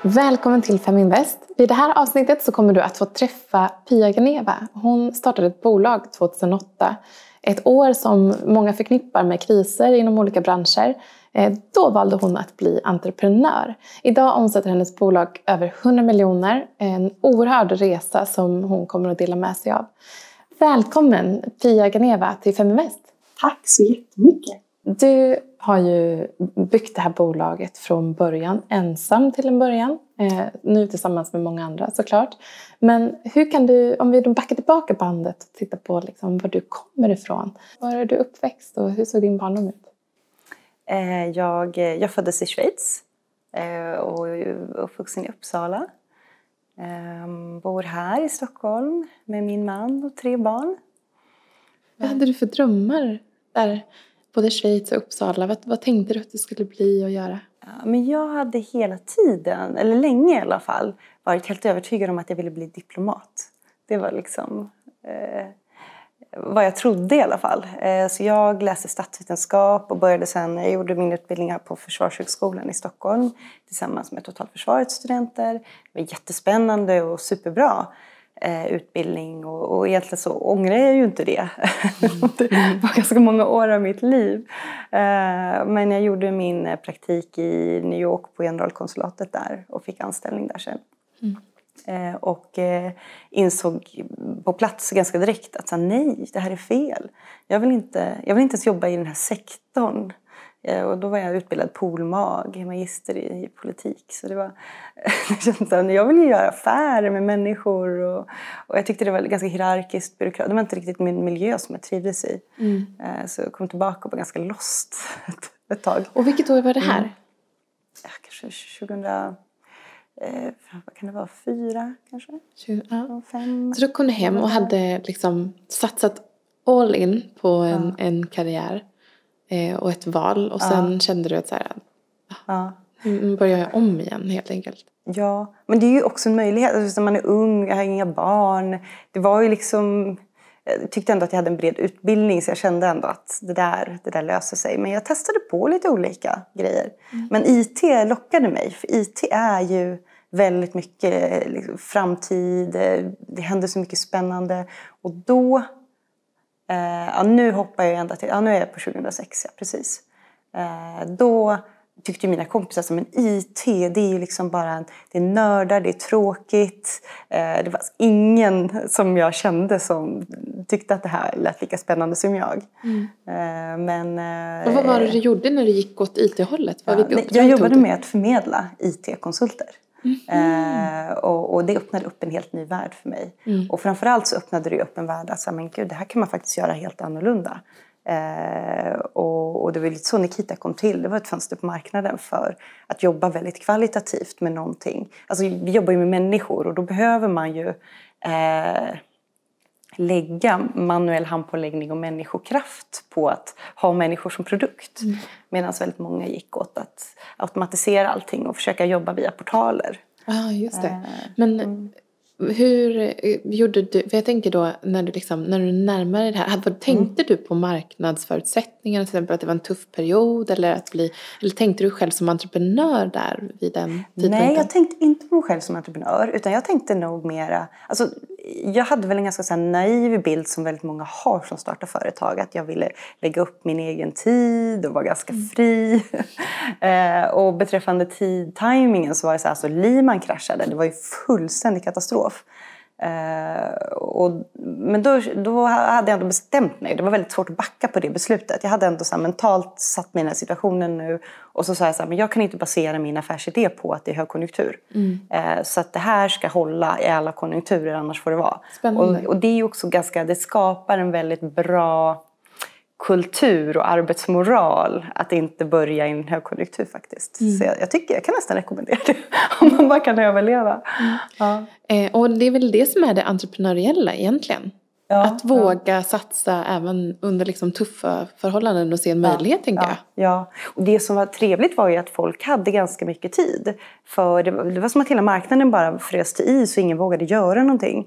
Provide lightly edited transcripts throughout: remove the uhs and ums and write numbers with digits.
Välkommen till Feminvest. I det här avsnittet så kommer du att få träffa Pia Geneva. Hon startade ett bolag 2008. Ett år som många förknippar med kriser inom olika branscher. Då valde hon att bli entreprenör. Idag omsätter hennes bolag över 100 miljoner. En oerhörd resa som hon kommer att dela med sig av. Välkommen Pia Geneva till Feminvest. Tack så jättemycket. Du har ju byggt det här bolaget från början, ensam till en början. Nu tillsammans med många andra såklart. Men hur kan du, om vi backar tillbaka bandet och tittar på liksom var du kommer ifrån. Var är du uppväxt och hur såg din barndom ut? Jag föddes i Schweiz och är uppvuxen i Uppsala. Bor här i Stockholm med min man och 3 barn. Vad hade du för drömmar där? Både Schweiz och Uppsala. Vad tänkte du att du skulle bli och göra? Ja, men jag hade hela tiden, eller länge i alla fall, varit helt övertygad om att jag ville bli diplomat. Det var liksom vad jag trodde i alla fall. Så jag läste statsvetenskap och började sen, jag gjorde min utbildning här på Försvarshögskolan i Stockholm tillsammans med totalförsvarets studenter. Det var jättespännande och superbra utbildning och egentligen så ångrar jag ju inte det. Det var ganska många år av mitt liv. Men jag gjorde min praktik i New York på generalkonsulatet där och fick anställning där sen. Och insåg på plats ganska direkt att nej, det här är fel. Jag vill inte ens jobba i den här sektorn. Och då var jag utbildad polmag, magister i politik. Så det var, jag ville göra affärer med människor. Och jag tyckte det var ganska hierarkiskt, byråkrat. Det var inte riktigt min miljö som jag trivdes i. Så jag kom tillbaka och var ganska lost ett tag. Och vilket år var det här? Kanske 2000... vad kan det vara? 4 kanske? 5. Så du kom hem och hade liksom satsat all in på en karriär. Och ett val. Och sen kände du att så här, nu börjar jag om igen helt enkelt. Ja, men det är ju också en möjlighet. Alltså, när man är ung, jag har inga barn. Det var ju liksom... Jag tyckte ändå att jag hade en bred utbildning. Så jag kände ändå att det där löser sig. Men jag testade på lite olika grejer. Men IT lockade mig. För IT är ju väldigt mycket liksom, framtid. Det händer så mycket spännande. Och då... nu hoppar jag ända till... nu är jag på 2006, precis. Då tyckte mina kompisar som en IT, det är ju liksom bara... Det är nördar, det är tråkigt. Det var ingen som jag kände som tyckte att det här lät lika spännande som jag. Och vad var det du gjorde när du gick åt IT-hållet? Jag jobbade med att förmedla IT-konsulter. Och det öppnade upp en helt ny värld för mig. Och framförallt så öppnade det upp en värld att men gud, det här kan man faktiskt göra helt annorlunda. Och det var lite så Nikita kom till. Det var ett fönster på marknaden för att jobba väldigt kvalitativt med någonting. Alltså vi jobbar ju med människor och då behöver man ju lägga manuell handpåläggning och människokraft på att ha människor som produkt. Medan väldigt många gick åt att automatisera allting och försöka jobba via portaler. Ja, just det. Men hur gjorde du, för jag tänker då när du närmade dig det här, tänkte du på marknadsförutsättningarna, till exempel att det var en tuff period eller tänkte du själv som entreprenör där vid den tidpunkten? Nej, jag tänkte inte på mig själv som entreprenör utan jag tänkte nog mera, alltså jag hade väl en ganska så här naiv bild som väldigt många har som startar företag, att jag ville lägga upp min egen tid och vara ganska fri. Och beträffande timingen så var det så här, alltså Lehman kraschade, det var ju fullständig katastrof. Men då hade jag ändå bestämt mig. Det var väldigt svårt att backa på det beslutet. Jag hade ändå så här mentalt satt mig i den här situationen nu. Och så sa jag så här, men jag kan inte basera min affärsidé på att det är högkonjunktur. Så att det här ska hålla i alla konjunkturer, annars får det vara. Och det är ju också det skapar en väldigt bra kultur och arbetsmoral att inte börja i en högkonjunktur faktiskt. Så jag kan nästan rekommendera det om man bara kan överleva. Och det är väl det som är det entreprenöriella egentligen. Att våga satsa även under liksom tuffa förhållanden och se en möjlighet, tänker jag. Ja, och det som var trevligt var ju att folk hade ganska mycket tid. För det var som att hela marknaden bara frös till is och ingen vågade göra någonting.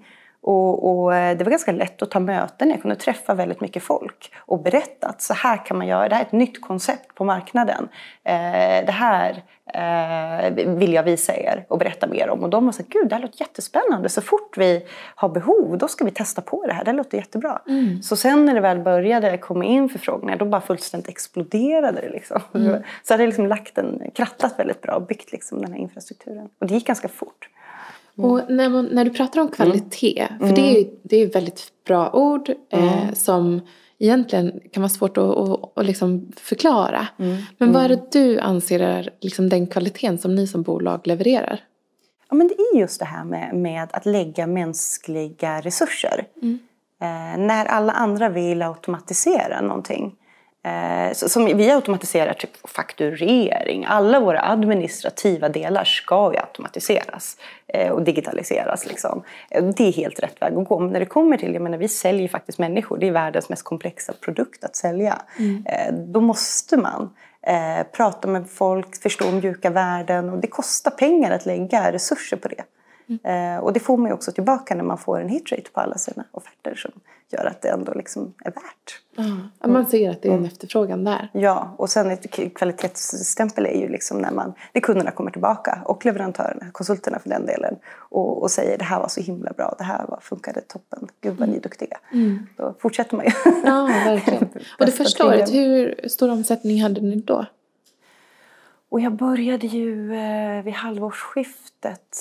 Och det var ganska lätt att ta möten. Jag kunde träffa väldigt mycket folk och berätta att så här kan man göra. Det här är ett nytt koncept på marknaden. Det här vill jag visa er och berätta mer om. Och de var så här, gud, det här låter jättespännande. Så fort vi har behov, då ska vi testa på det här. Det låter jättebra. Så sen när det väl började komma in förfrågningar, då bara fullständigt exploderade det liksom. Så hade jag liksom krattat väldigt bra och byggt liksom den här infrastrukturen. Och det gick ganska fort. Och när du pratar om kvalitet, för det är väldigt bra ord som egentligen kan vara svårt att liksom förklara. Men vad är det du anser är liksom den kvaliteten som ni som bolag levererar? Ja, men det är just det här med att lägga mänskliga resurser. När alla andra vill automatisera någonting. Som vi automatiserar typ fakturering. Alla våra administrativa delar ska ju automatiseras och digitaliseras. Liksom. Det är helt rätt väg att gå. Men när det kommer till, jag menar, vi säljer faktiskt människor. Det är världens mest komplexa produkt att sälja. Då måste man prata med folk, förstå mjuka värden. Och det kostar pengar att lägga resurser på det. Och det får man ju också tillbaka när man får en hitrate på alla sina offerter som gör att det ändå liksom är värt. Man ser att det är en efterfrågan där. Ja, och sen ett kvalitetsstämpel är ju liksom när kunderna kommer tillbaka och leverantörerna, konsulterna för den delen och säger det här var så himla bra, det här funkade toppen, gud vad ni är duktiga. Då fortsätter man ju. Ja, verkligen. Och det första året, hur stor omsättning hade ni då? Och jag började ju vid halvårsskiftet.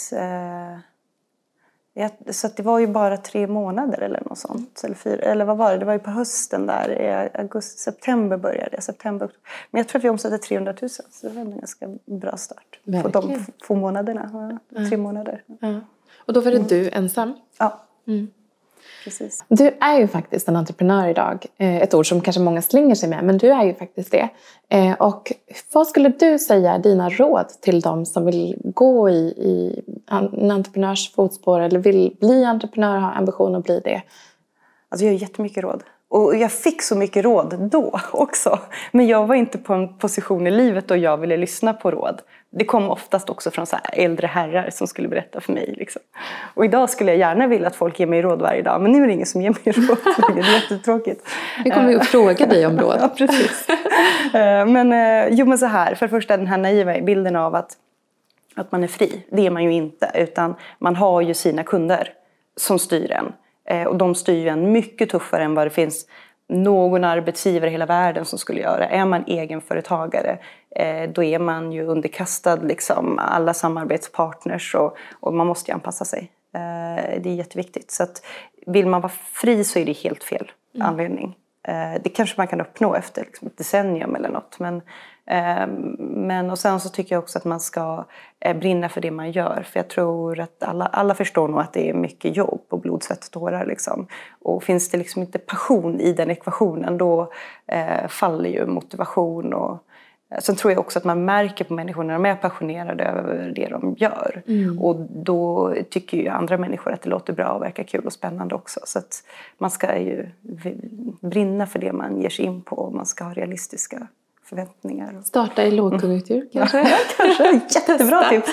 Så att det var ju bara 3 månader eller något sånt. Eller 4, eller vad var det? Det var ju på hösten där. I september började jag. September. Men jag tror att vi omsatte 300 000. Så det var en ganska bra start. På de få månaderna. 3 månader. Ja. Och då var det du ensam? Ja. Precis. Du är ju faktiskt en entreprenör idag. Ett ord som kanske många slänger sig med, men du är ju faktiskt det. Och vad skulle du säga dina råd till de som vill gå i en entreprenörs fotspår eller vill bli entreprenör och ha ambition att bli det? Alltså jag har jättemycket råd. Och jag fick så mycket råd då också. Men jag var inte på en position i livet då jag ville lyssna på råd. Det kom oftast också från så här äldre herrar som skulle berätta för mig. Liksom. Och idag skulle jag gärna vilja att folk ger mig råd varje dag. Men nu är det ingen som ger mig råd. Det är jättetråkigt. Vi kommer ju att fråga dig om råd. Ja, precis. Men så här. För det första den här naiva bilden av att man är fri. Det är man ju inte. Utan man har ju sina kunder som styr en. Och de styr ju en mycket tuffare än vad det finns någon arbetsgivare i hela världen som skulle göra. Är man egenföretagare, då är man ju underkastad liksom alla samarbetspartners och man måste ju anpassa sig. Det är jätteviktigt. Så att vill man vara fri så är det helt fel anledning. Det kanske man kan uppnå efter liksom ett decennium eller något. Men och sen så tycker jag också att man ska brinna för det man gör. För jag tror att alla förstår nog att det är mycket jobb och blod, svett och tårar. Liksom. Och finns det liksom inte passion i den ekvationen, då faller ju motivation. Och sen tror jag också att man märker på människor när de är passionerade över det de gör. Och då tycker ju andra människor att det låter bra och verkar kul och spännande också. Så att man ska ju brinna för det man ger sig in på. Och man ska ha realistiska förväntningar. Starta i lågkonjunktur kanske? Ja, kanske. Jättebra tips.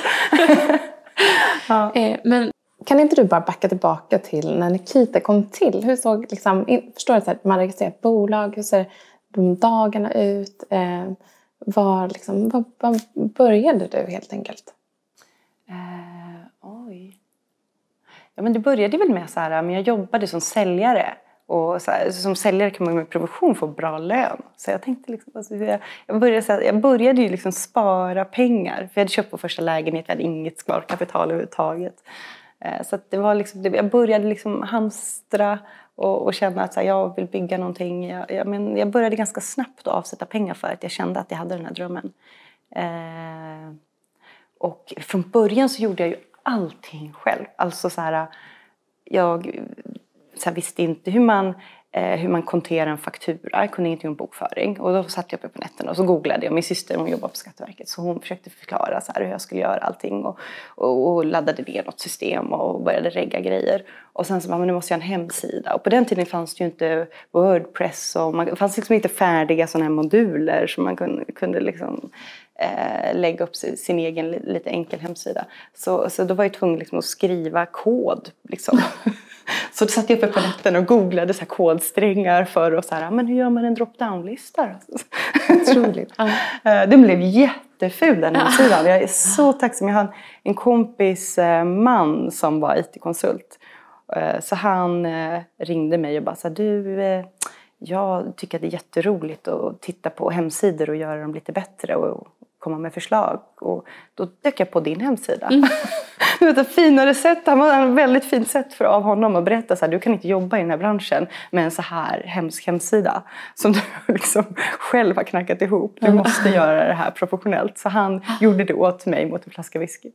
Ja. Men kan inte du bara backa tillbaka till när Nikita kom till? Hur såg förstår du att man registrerar ett bolag? Hur ser de dagarna ut? Var började du helt enkelt? Ja, men det började väl med så här, men jag jobbade som säljare. Och så här, som säljare kan man med provision få bra lön. Så jag tänkte liksom, alltså, jag började ju liksom spara pengar. För jag hade köpt på första lägenhet, jag hade inget sparkapital överhuvudtaget. Så att det var liksom, jag började liksom hamstra och känna att så här, jag vill bygga någonting. Jag började ganska snabbt att avsätta pengar för att jag kände att jag hade den här drömmen. Och från början så gjorde jag ju allting själv. Alltså så här, jag visste inte hur man konterar en faktura. Jag kunde ingenting om bokföring. Och då satt jag uppe på nätterna och så googlade jag. Min syster, hon jobbar på Skatteverket. Så hon försökte förklara så här hur jag skulle göra allting. Och laddade ner något system och började regga grejer. Och sen så bara, men nu måste jag ha en hemsida. Och på den tiden fanns det ju inte Wordpress. Och det fanns liksom inte färdiga sådana här moduler som man kunde liksom lägga upp sin egen lite enkel hemsida. Så då var jag tvungen liksom att skriva kod liksom. Så då satt jag uppe på nätten och googlade så här kodsträngar för och så här, men hur gör man en drop-down-lista? Otroligt. Den blev jätteful den hemsidan. Jag är så tacksam. Jag har en kompis man som var IT-konsult. Så han ringde mig och bara sa, jag tycker att det är jätteroligt att titta på hemsidor och göra dem lite bättre och komma med förslag. Och då dök jag på din hemsida. Det var ett finare sätt. Han var en väldigt fint sätt av honom att berätta så här, du kan inte jobba i den här branschen med en så här hemsk hemsida som du liksom själv har knackat ihop. Du måste göra det här professionellt. Så han gjorde det åt mig mot en flaska whisky.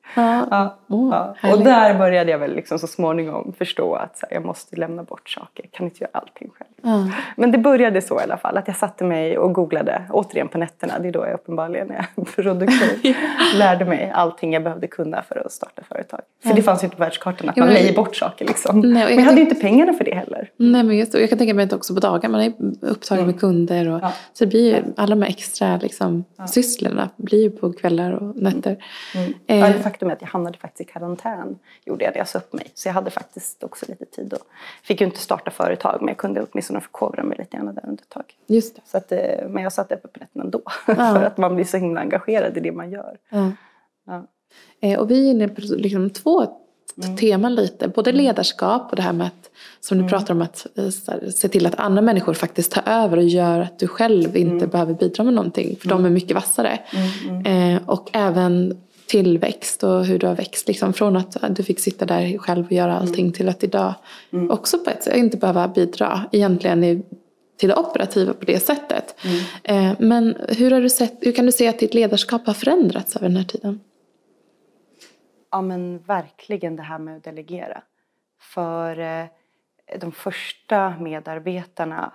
Och där började jag väl liksom så småningom förstå att så här, jag måste lämna bort saker. Jag kan inte göra allting själv. Men det började så i alla fall. Att jag satte mig och googlade återigen på nätterna. Det är då jag uppenbarligen är produktiv. Lärde mig allting jag behövde kunna för att starta företag. För det fanns ju inte på världskartan att man lejer bort saker liksom. Nej, men jag hade ju inte pengarna för det heller. Nej, men just det. Jag kan tänka mig att också på dagar man är upptagen med kunder. Och, så det blir ju alla de här extra liksom, sysslorna blir ju på kvällar och nätter. Ja, det faktum är att jag hamnade faktiskt i karantän. Gjorde jag det, jag sa upp mig. Så jag hade faktiskt också lite tid. Och fick ju inte starta företag, men jag kunde åtminstone förkovra mig lite grann där under ett tag. Just det. Så att, men jag satt uppe på nätterna ändå. För att man blir så himla engagerad i det man gör. Och vi är inne på liksom 2 teman lite. Både ledarskap och det här med att, som du pratar om, att se till att andra människor faktiskt tar över och gör att du själv inte behöver bidra med någonting. För de är mycket vassare. Och även tillväxt och hur du har växt. Liksom, från att du fick sitta där själv och göra allting till att idag också på ett sätt inte behöva bidra egentligen till det operativa på det sättet. Men hur kan du se att ditt ledarskap har förändrats över den här tiden? Ja, men verkligen det här med att delegera. För de första medarbetarna,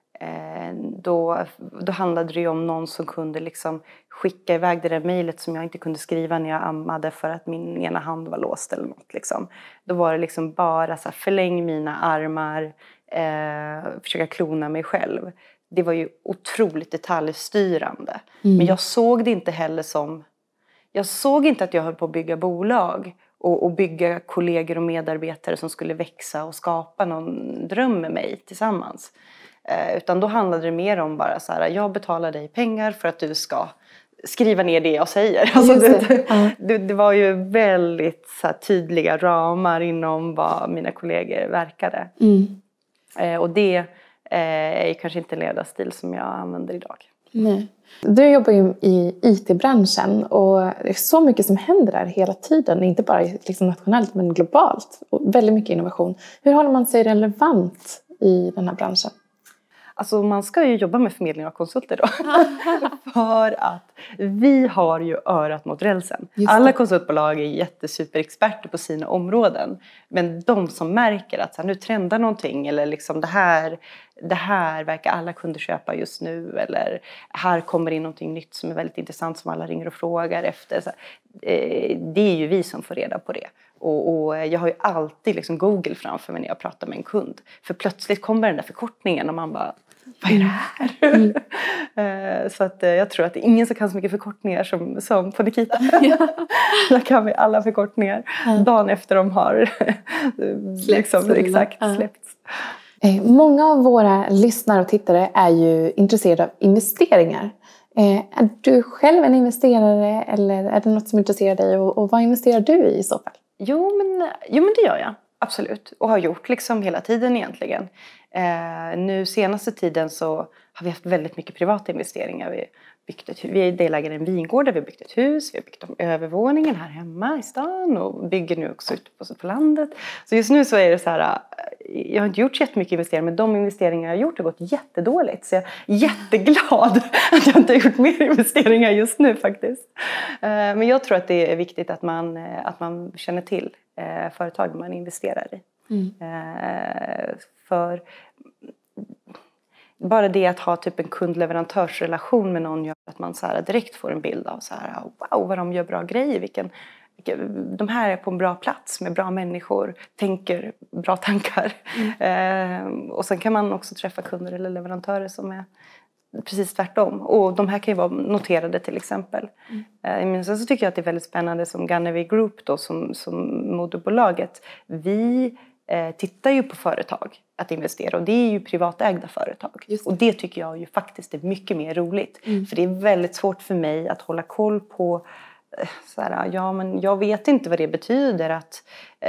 då handlade det ju om någon som kunde liksom skicka iväg det där mejlet som jag inte kunde skriva när jag ammade för att min ena hand var låst eller något. Liksom. Då var det liksom bara så här, förläng mina armar, försöka klona mig själv. Det var ju otroligt detaljstyrande. Men jag såg det inte heller som... Jag såg inte att jag höll på att bygga bolag och bygga kollegor och medarbetare som skulle växa och skapa någon dröm med mig tillsammans. Utan då handlade det mer om bara så här, jag betalar dig pengar för att du ska skriva ner det jag säger. Alltså det var ju väldigt så här, tydliga ramar inom vad mina kollegor verkade. Och det är kanske inte en ledarstil som jag använder idag. Nej. Du jobbar ju i IT-branschen och det är så mycket som händer där hela tiden. Inte bara liksom nationellt men globalt. Och väldigt mycket innovation. Hur håller man sig relevant i den här branschen? Alltså man ska ju jobba med förmedling av konsulter då. För att vi har ju örat mot rälsen. Alla konsultbolag är jättesuperexperter på sina områden. Men de som märker att så här, nu trendar någonting eller liksom det här verkar alla kunder köpa just nu. Eller här kommer in någonting nytt som är väldigt intressant som alla ringer och frågar efter. Så, det är ju vi som får reda på det. Och jag har ju alltid liksom Google framför mig när jag pratar med en kund. För plötsligt kommer den där förkortningen och man bara, vad är det här? Så att jag tror att det är ingen som kan så mycket förkortningar som på Nikita. Där kan vi alla förkortningar. Dagen efter de har släppts. Många av våra lyssnare och tittare är ju intresserade av investeringar. Är du själv en investerare eller är det något som intresserar dig och vad investerar du i så fall? Jo men det gör jag. Absolut. Och har gjort liksom hela tiden egentligen. Nu senaste tiden så har vi haft väldigt mycket privata investeringar. Vi är delägare i en vingård där vi har byggt ett hus. Vi har byggt om övervåningen här hemma i stan och bygger nu också ute på landet. Så just nu så är det så här, jag har inte gjort så jättemycket investeringar men de investeringar jag har gjort har gått jättedåligt. Så jag är jätteglad att jag inte har gjort mer investeringar just nu faktiskt. Men jag tror att det är viktigt att man känner till företag man investerar i. För bara det att ha typ en kundleverantörsrelation med någon gör att man så här direkt får en bild av så här, wow vad de gör bra grejer, de här är på en bra plats med bra människor, tänker bra tankar. Och sen kan man också träffa kunder eller leverantörer som är precis tvärtom. Och de här kan ju vara noterade till exempel. Men sen så tycker jag att det är väldigt spännande som Gannevi Group då, som moderbolaget. Vi tittar ju på företag att investera. Och det är ju privatägda företag. Och det tycker jag ju faktiskt är mycket mer roligt. För det är väldigt svårt för mig att hålla koll på men jag vet inte vad det betyder att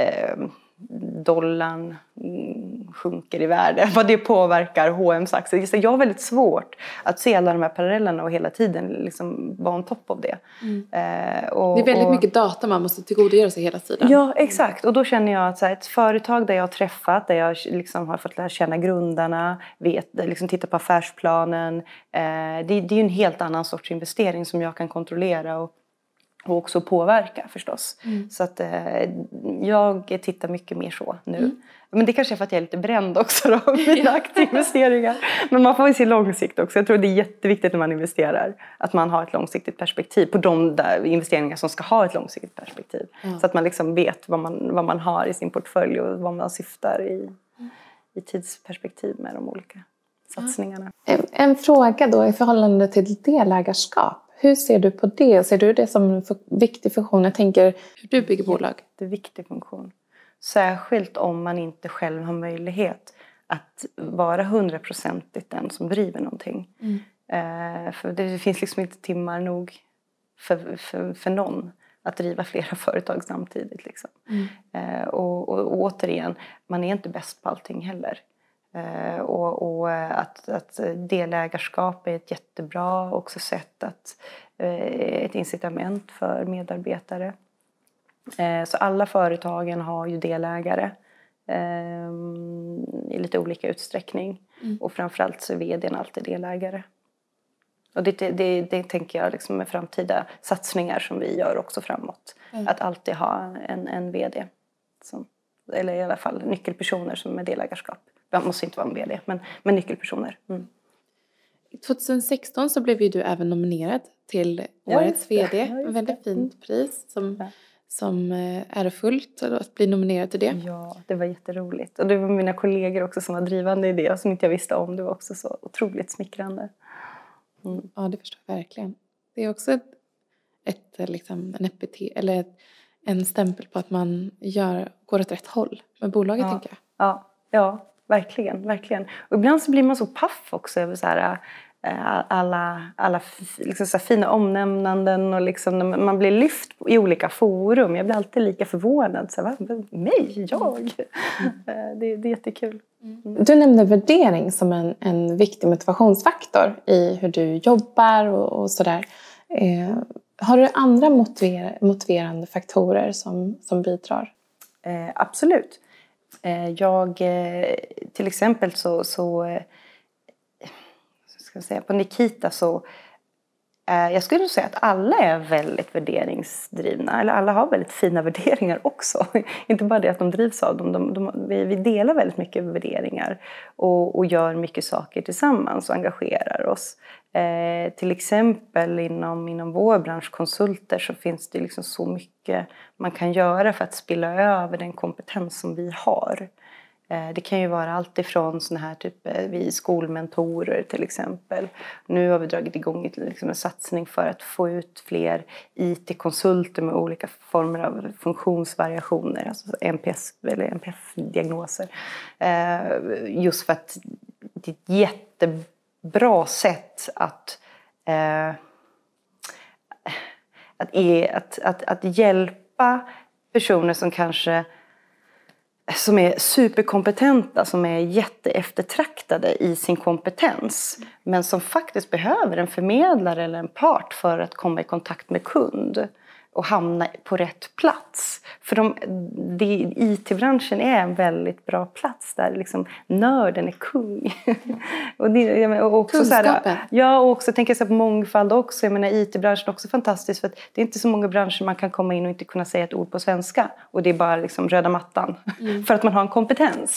dollarn sjunker i värde, vad det påverkar H&M's aktier. Så jag har väldigt svårt att se alla de här parallellerna och hela tiden liksom vara on top av det. Det är väldigt mycket data man måste tillgodogöra sig hela tiden. Ja, exakt. Och då känner jag att ett företag där jag har träffat, där jag liksom har fått lära känna grundarna, liksom titta på affärsplanen. Det är ju en helt annan sorts investering som jag kan kontrollera och också påverka förstås. Så att jag tittar mycket mer så nu. Men det kanske är för att jag är lite bränd också då, mina aktieinvesteringar. Men man får ju se långsikt också. Jag tror det är jätteviktigt när man investerar. Att man har ett långsiktigt perspektiv på de där investeringar som ska ha ett långsiktigt perspektiv. Så att man liksom vet vad man har i sin portfölj och vad man syftar i tidsperspektiv med de olika satsningarna. En fråga då i förhållande till delägarskap. Hur ser du på det? Ser du det som en viktig funktion? Jag tänker hur du bygger bolag. Det är en viktig funktion. Särskilt om man inte själv har möjlighet att vara 100% den som driver någonting. För det finns liksom inte timmar nog för någon att driva flera företag samtidigt. Liksom. Och återigen, man är inte bäst på allting heller. Och att delägarskap är ett jättebra också sätt ett incitament för medarbetare. Så alla företagen har ju delägare i lite olika utsträckning. Och framförallt så är vdn alltid delägare. Och det tänker jag liksom med framtida satsningar som vi gör också framåt. Att alltid ha en vd. Eller i alla fall nyckelpersoner som är delägarskap. Det måste inte vara en vd, men nyckelpersoner. 2016 så blev ju du även nominerad till årets vd. En väldigt fint pris som ärofullt att bli nominerad till det. Ja, det var jätteroligt. Och det var mina kollegor också som var drivande i det och som inte jag visste om. Det var också så otroligt smickrande. Ja, det förstår jag verkligen. Det är också en stämpel på att man går åt rätt håll med bolaget, tänker jag. Ja, verkligen. Och ibland så blir man så paff också över så här, alla liksom så här fina omnämnanden och liksom när man blir lyft i olika forum. Jag blir alltid lika förvånad. Så här, mig? Jag? Det är jättekul. Du nämnde värdering som en viktig motivationsfaktor i hur du jobbar och sådär. Har du andra motiverande faktorer som bidrar? Absolut. Jag till exempel så ska jag säga, på Nikita så jag skulle nog säga att alla är väldigt värderingsdrivna. Eller alla har väldigt fina värderingar också. Inte bara det att de drivs av dem. Vi delar väldigt mycket värderingar. Och gör mycket saker tillsammans och engagerar oss. Till exempel inom vår bransch konsulter så finns det liksom så mycket man kan göra för att spilla över den kompetens som vi har. Det kan ju vara allt ifrån såna här vi skolmentorer till exempel. Nu har vi dragit igång en satsning för att få ut fler IT-konsulter med olika former av funktionsvariationer. Alltså NPS eller NPF-diagnoser. Just för att det är ett jättebra sätt att hjälpa personer som är superkompetenta, som är jätteeftertraktade i sin kompetens. Men som faktiskt behöver en förmedlare eller en part för att komma i kontakt med kund. Och hamna på rätt plats. För IT-branschen är en väldigt bra plats där liksom nörden är kung. och också kunskapen. Och också tänker jag på mångfald också. Jag menar IT-branschen är också fantastisk. För att det är inte så många branscher man kan komma in och inte kunna säga ett ord på svenska. Och det är bara liksom röda mattan. För att man har en kompetens.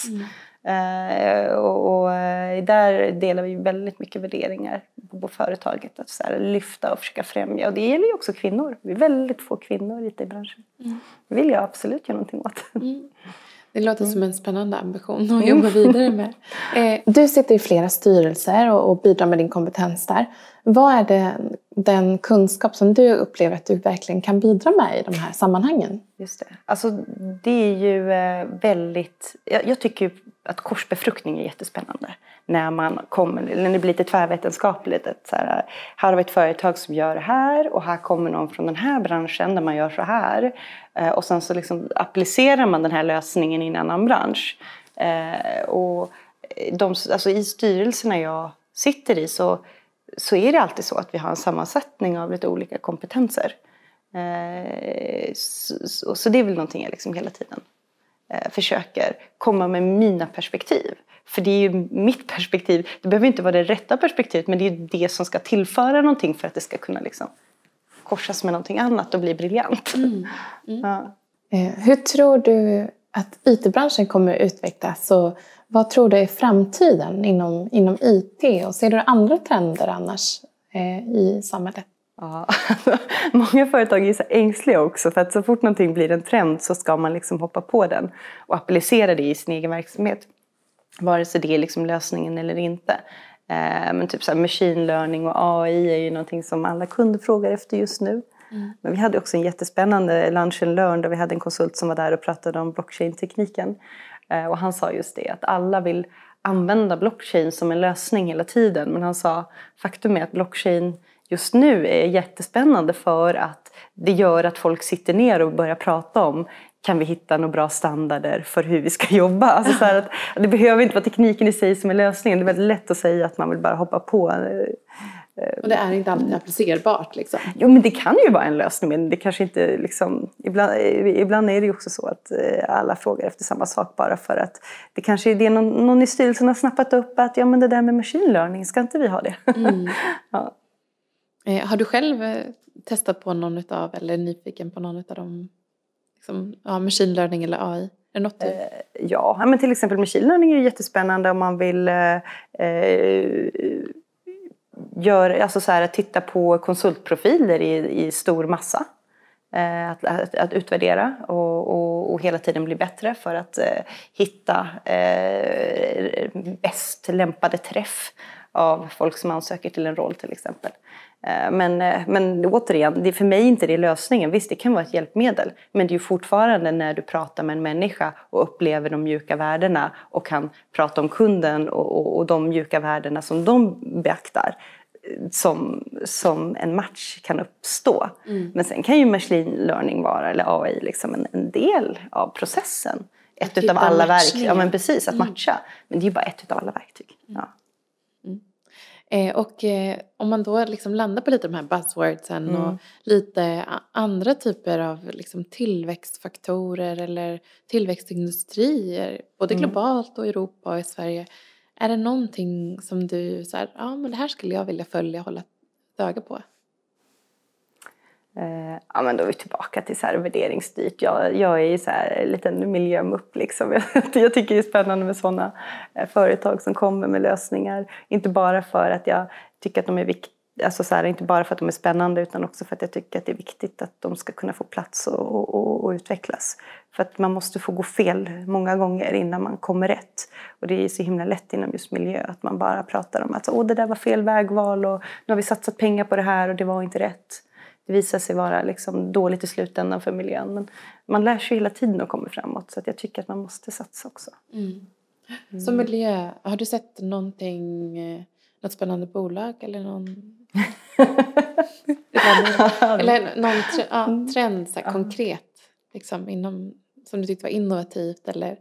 Och där delar vi väldigt mycket värderingar på företaget. Att så här, lyfta och försöka främja. Och det gäller ju också kvinnor. Vi är väldigt få kvinnor i IT-branschen. Det vill jag absolut göra någonting åt. Det låter som en spännande ambition att jobba vidare med. Du sitter i flera styrelser och bidrar med din kompetens där. Vad är den kunskap som du upplever att du verkligen kan bidra med i de här sammanhangen? Just det. Alltså det är ju väldigt... Jag tycker ju att korsbefruktning är jättespännande. När det blir lite tvärvetenskapligt. Att så här har vi ett företag som gör det här. Och här kommer någon från den här branschen där man gör så här. Och sen så liksom applicerar man den här lösningen i en annan bransch. Och alltså i styrelserna jag sitter i så är det alltid så att vi har en sammansättning av lite olika kompetenser. Så det är väl någonting jag liksom hela tiden försöker komma med mina perspektiv. För det är ju mitt perspektiv. Det behöver inte vara det rätta perspektivet, men det är ju det som ska tillföra någonting för att det ska kunna liksom korsas med någonting annat och bli briljant. Ja. Hur tror du att IT-branschen kommer att utvecklas? Och vad tror du är framtiden inom IT? Och ser du andra trender annars i samhället? Ja, många företag är så ängsliga också. För att så fort någonting blir en trend så ska man liksom hoppa på den. Och applicera det i sin egen verksamhet. Vare sig det är liksom lösningen eller inte. Men typ så här machine learning och AI är ju någonting som alla kunder frågar efter just nu. Men vi hade också en jättespännande lunch and learn där vi hade en konsult som var där och pratade om blockchain-tekniken. Och han sa just det, att alla vill använda blockchain som en lösning hela tiden. Men han sa, faktum är att blockchain just nu är jättespännande för att det gör att folk sitter ner och börjar prata om, kan vi hitta några bra standarder för hur vi ska jobba? Alltså så här att det behöver inte vara tekniken i sig som är lösningen. Det är väldigt lätt att säga att man vill bara hoppa på. Och det är inte alltid applicerbart liksom. Jo, men det kan ju vara en lösning, men det kanske inte liksom... Ibland är det ju också så att alla frågar efter samma sak bara för att det kanske är det någon i styrelsen har snappat upp att ja, men det där med machine learning, ska inte vi ha det? Ja. Har du själv testat på någon utav, eller är nyfiken på någon utav dem, liksom, machine learning eller AI? Är det något du... Ja, men till exempel machine learning är jättespännande om man vill alltså så här, att titta på konsultprofiler i stor massa. Att utvärdera och hela tiden bli bättre för att hitta bäst lämpade träff av folk som ansöker till en roll till exempel. Men återigen, det är för mig inte det lösningen. Visst, det kan vara ett hjälpmedel. Men det är ju fortfarande när du pratar med en människa och upplever de mjuka värdena och kan prata om kunden och de mjuka värdena som de beaktar. Som en match kan uppstå. Men sen kan ju machine learning vara, eller AI, liksom en del av processen. Ett utav alla verktyg. Ja, men precis, att matcha. Men det är ju bara ett utav alla verktyg. Ja. Och om man då liksom landar på lite de här buzzwordsen och lite andra typer av liksom tillväxtfaktorer eller tillväxtindustrier, både globalt och i Europa och i Sverige. Är det någonting som du så här, men det här skulle jag vilja följa och hålla ett öga på? Ja, men då är vi tillbaka till så här värderingsstyrt. Jag är ju så här en liten miljömupp liksom. Jag tycker det är spännande med sådana företag som kommer med lösningar. Inte bara för att jag tycker att de är viktiga. Alltså så här, inte bara för att de är spännande utan också för att jag tycker att det är viktigt att de ska kunna få plats och utvecklas. För att man måste få gå fel många gånger innan man kommer rätt. Och det är så himla lätt inom just miljö att man bara pratar om att det där var fel vägval och nu har vi satsat pengar på det här och det var inte rätt. Det visar sig vara liksom dåligt i slutändan för miljön. Men man lär sig hela tiden och kommer framåt. Så att jag tycker att man måste satsa också. Så miljö, har du sett något spännande bolag eller någon... eller någon trend så här, konkret liksom, som du tyckte var innovativt eller...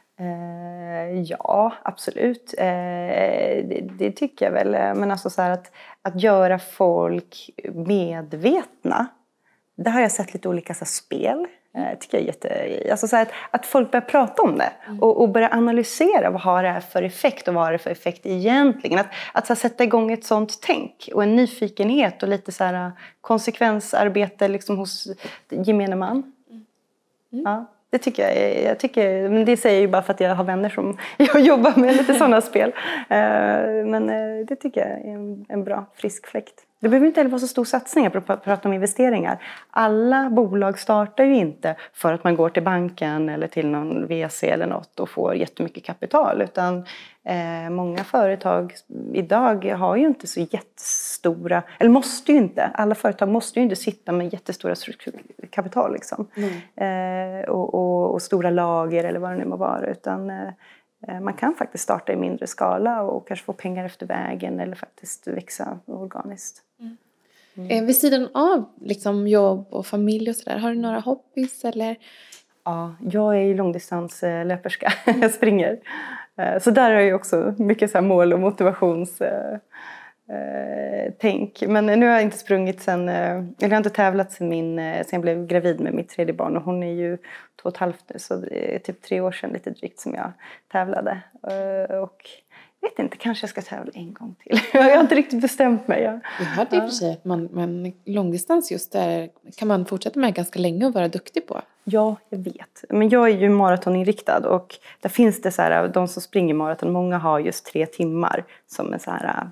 Ja, absolut. Det tycker jag väl. Men alltså så här att göra folk medvetna. Där har jag sett lite olika så här, spel. Tycker jag alltså så här, att folk börjar prata om det. Och börja analysera vad har det här för effekt och vad har det för effekt egentligen. Att så här, sätta igång ett sånt tänk och en nyfikenhet och lite så här, konsekvensarbete liksom, hos gemene man. Ja. Det tycker jag, men det säger jag ju bara för att jag har vänner som jag jobbar med lite sådana spel. Men det tycker jag är en bra frisk fläkt. Det behöver inte heller vara så stor satsning för att prata om investeringar. Alla bolag startar ju inte för att man går till banken eller till någon VC eller något och får jättemycket kapital. Utan många företag idag har ju inte så jättestora, eller måste ju inte. Alla företag måste ju inte sitta med jättestora kapital liksom. Och stora lager eller vad det nu må vara. Utan man kan faktiskt starta i mindre skala och kanske få pengar efter vägen eller faktiskt växa organiskt. Vid sidan av liksom jobb och familj och sådär, har du några hobbies eller? Ja, jag är ju långdistanslöperska. Jag springer. Så där har jag också mycket så här mål- och motivationstänk. Men nu har jag inte sprungit sen, eller jag har inte tävlat sen jag blev gravid med mitt 3:e barn. Och hon är ju 2,5 nu, så det är typ 3 år sedan lite drygt som jag tävlade. Och jag vet inte, kanske jag ska tävla en gång till. Jag har inte riktigt bestämt mig. Jag hörde i och för sig att man långdistans just där kan man fortsätta med ganska länge och vara duktig på. Ja, jag vet. Men jag är ju maratoninriktad och där finns det så här, de som springer maraton, många har just 3 timmar som en så här,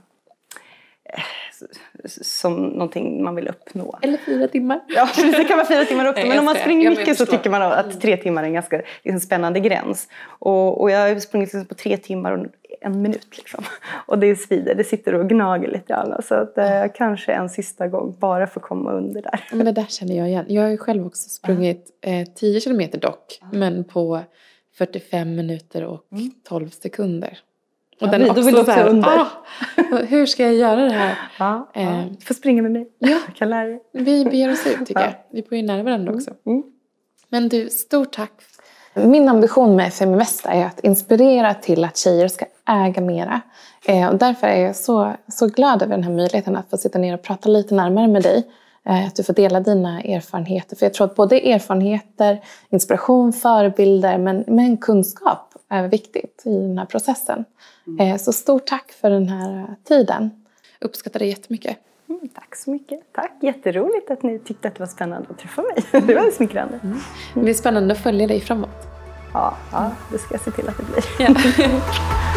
som någonting man vill uppnå. Eller 4 timmar. Ja, det kan vara 4 timmar också. Men om man springer mycket så tycker man att 3 timmar är en ganska spännande gräns. Och jag har sprungit på 3 timmar och 1 minut liksom. Och det svider, det sitter och gnager lite grann. Så att kanske en sista gång bara för att komma under där. Men det där känner jag igen. Jag har ju själv också sprungit 10 kilometer dock. Men på 45 minuter och 12 sekunder. Och ja, den också vill också under. Hur ska jag göra det här? Du får springa med mig. Ja. Jag kan lära dig. Vi beger oss ut tycker jag. Vi bor ju nära varandra också. Men du, stort tack. Min ambition med Feminvest är att inspirera till att tjejer ska äga mera. Och därför är jag så glad över den här möjligheten att få sitta ner och prata lite närmare med dig. Att du får dela dina erfarenheter. För jag tror att både erfarenheter, inspiration, förebilder men kunskap är viktigt i den här processen. Så stort tack för den här tiden. Uppskattar det jättemycket. Tack så mycket. Tack. Jätteroligt att ni tyckte att det var spännande att träffa mig. Det var smickrande. Det blir spännande att följa dig framåt. Ja, det ska jag se till att det blir. Ja.